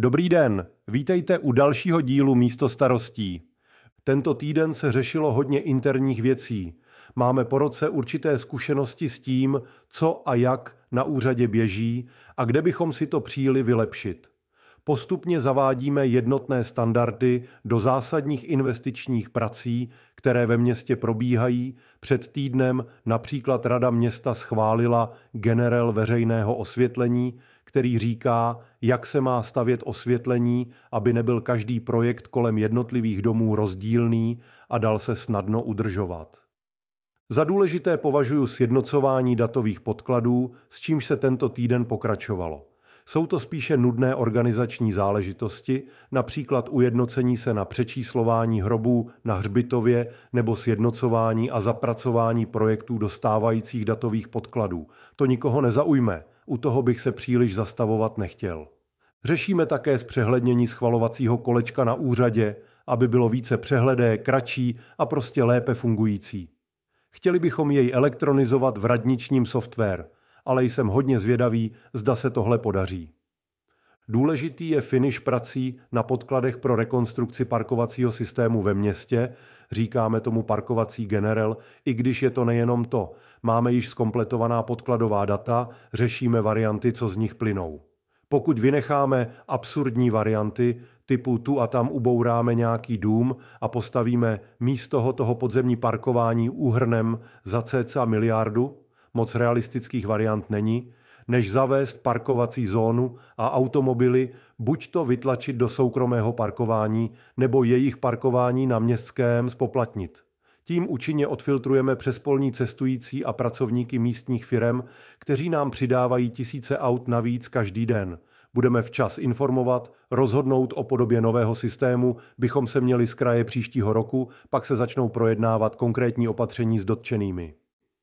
Dobrý den, vítejte u dalšího dílu Místostarostí. Tento týden se řešilo hodně interních věcí. Máme po roce určité zkušenosti s tím, co a jak na úřadě běží a kde bychom si to přijeli vylepšit. Postupně zavádíme jednotné standardy do zásadních investičních prací, které ve městě probíhají. Před týdnem například Rada města schválila generel veřejného osvětlení, který říká, jak se má stavět osvětlení, aby nebyl každý projekt kolem jednotlivých domů rozdílný a dal se snadno udržovat. Za důležité považuji sjednocování datových podkladů, s čímž se tento týden pokračovalo. Jsou to spíše nudné organizační záležitosti, například ujednocení se na přečíslování hrobů na hřbitově nebo sjednocování a zapracování projektů do stávajících datových podkladů. To nikoho nezaujme, u toho bych se příliš zastavovat nechtěl. Řešíme také zpřehlednění schvalovacího kolečka na úřadě, aby bylo více přehledé, kratší a prostě lépe fungující. Chtěli bychom jej elektronizovat v radničním softwaru, ale jsem hodně zvědavý, zda se tohle podaří. Důležitý je finish prací na podkladech pro rekonstrukci parkovacího systému ve městě, říkáme tomu parkovací generel, i když je to nejenom to. Máme již zkompletovaná podkladová data, řešíme varianty, co z nich plynou. Pokud vynecháme absurdní varianty, typu tu a tam ubouráme nějaký dům a postavíme místo toho podzemní parkování úhrnem za cca miliardu, moc realistických variant není, než zavést parkovací zónu a automobily buď to vytlačit do soukromého parkování, nebo jejich parkování na městském zpoplatnit. Tím účinně odfiltrujeme přespolní cestující a pracovníky místních firem, kteří nám přidávají tisíce aut navíc každý den. Budeme včas informovat, rozhodnout o podobě nového systému, bychom se měli z kraje příštího roku, pak se začnou projednávat konkrétní opatření s dotčenými.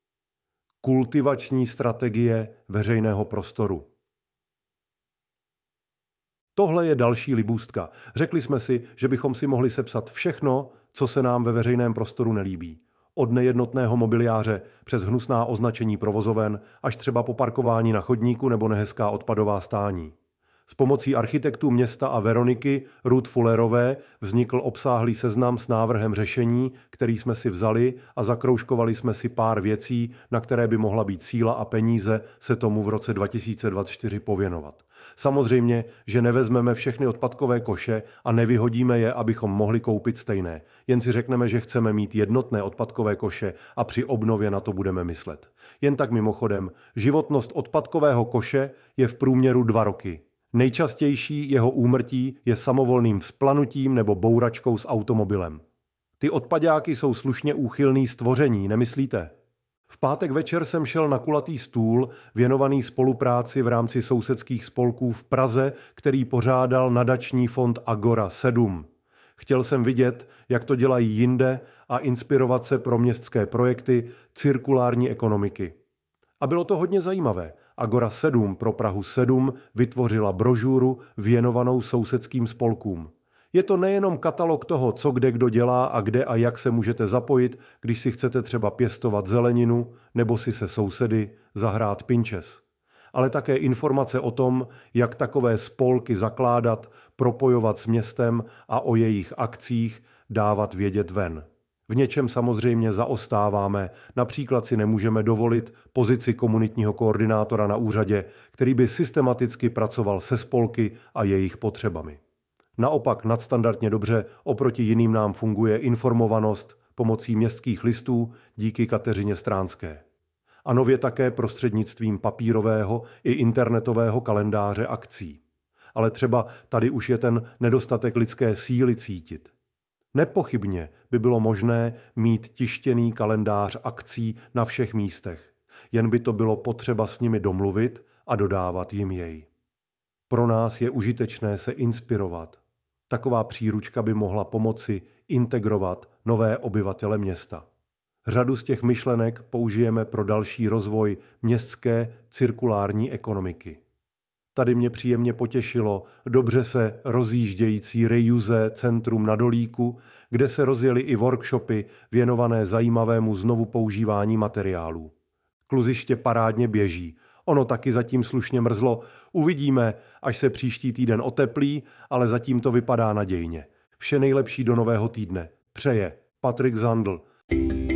Kultivační strategie veřejného prostoru. Tohle je další libůstka. Řekli jsme si, že bychom si mohli sepsat všechno, co se nám ve veřejném prostoru nelíbí. Od nejednotného mobiliáře přes hnusná označení provozoven až třeba po parkování na chodníku nebo nehezká odpadová stání. S pomocí architektů města a Veroniky Ruth Fullerové vznikl obsáhlý seznam s návrhem řešení, který jsme si vzali a zakroužkovali jsme si pár věcí, na které by mohla být síla a peníze se tomu v roce 2024 pověnovat. Samozřejmě, že nevezmeme všechny odpadkové koše a nevyhodíme je, abychom mohli koupit stejné. Jen si řekneme, že chceme mít jednotné odpadkové koše a při obnově na to budeme myslet. Jen tak mimochodem, životnost odpadkového koše je v průměru 2 roky. Nejčastější jeho úmrtí je samovolným vzplanutím nebo bouračkou s automobilem. Ty odpaďáky jsou slušně úchylný stvoření, nemyslíte? V pátek večer jsem šel na kulatý stůl věnovaný spolupráci v rámci sousedských spolků v Praze, který pořádal nadační fond Agora 7. Chtěl jsem vidět, jak to dělají jinde a inspirovat se pro městské projekty cirkulární ekonomiky. A bylo to hodně zajímavé. Agora 7 pro Prahu 7 vytvořila brožuru věnovanou sousedským spolkům. Je to nejenom katalog toho, co kde kdo dělá a kde a jak se můžete zapojit, když si chcete třeba pěstovat zeleninu nebo si se sousedy zahrát pinčes. Ale také informace o tom, jak takové spolky zakládat, propojovat s městem a o jejich akcích dávat vědět ven. V něčem samozřejmě zaostáváme, například si nemůžeme dovolit pozici komunitního koordinátora na úřadě, který by systematicky pracoval se spolky a jejich potřebami. Naopak nadstandardně dobře oproti jiným nám funguje informovanost pomocí městských listů díky Kateřině Stránské. A nově také prostřednictvím papírového i internetového kalendáře akcí. Ale třeba tady už je ten nedostatek lidské síly cítit. Nepochybně by bylo možné mít tištěný kalendář akcí na všech místech, jen by to bylo potřeba s nimi domluvit a dodávat jim jej. Pro nás je užitečné se inspirovat. Taková příručka by mohla pomoci integrovat nové obyvatele města. Řadu z těch myšlenek použijeme pro další rozvoj městské cirkulární ekonomiky. Tady mě příjemně potěšilo dobře se rozjíždějící reuse centrum na Dolíku, kde se rozjeli i workshopy věnované zajímavému znovu používání materiálů. Kluziště parádně běží. Ono taky zatím slušně mrzlo. Uvidíme, až se příští týden oteplí, ale zatím to vypadá nadějně. Vše nejlepší do nového týdne. Přeje Patrik Zandl.